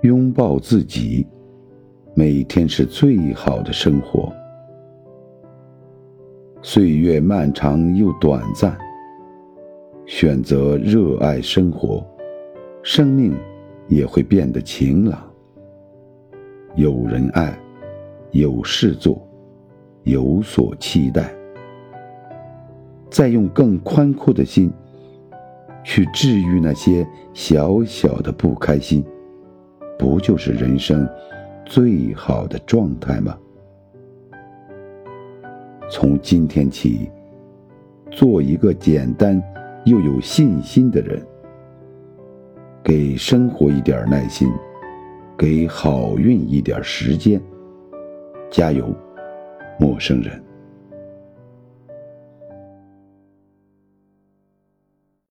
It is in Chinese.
拥抱自己，每天是最好的生活。岁月漫长又短暂，选择热爱生活，生命也会变得晴朗。有人爱，有事做，有所期待。再用更宽阔的心去治愈那些小小的不开心，不就是人生最好的状态吗？从今天起，做一个简单又有信心的人，给生活一点耐心，给好运一点时间。加油，陌生人。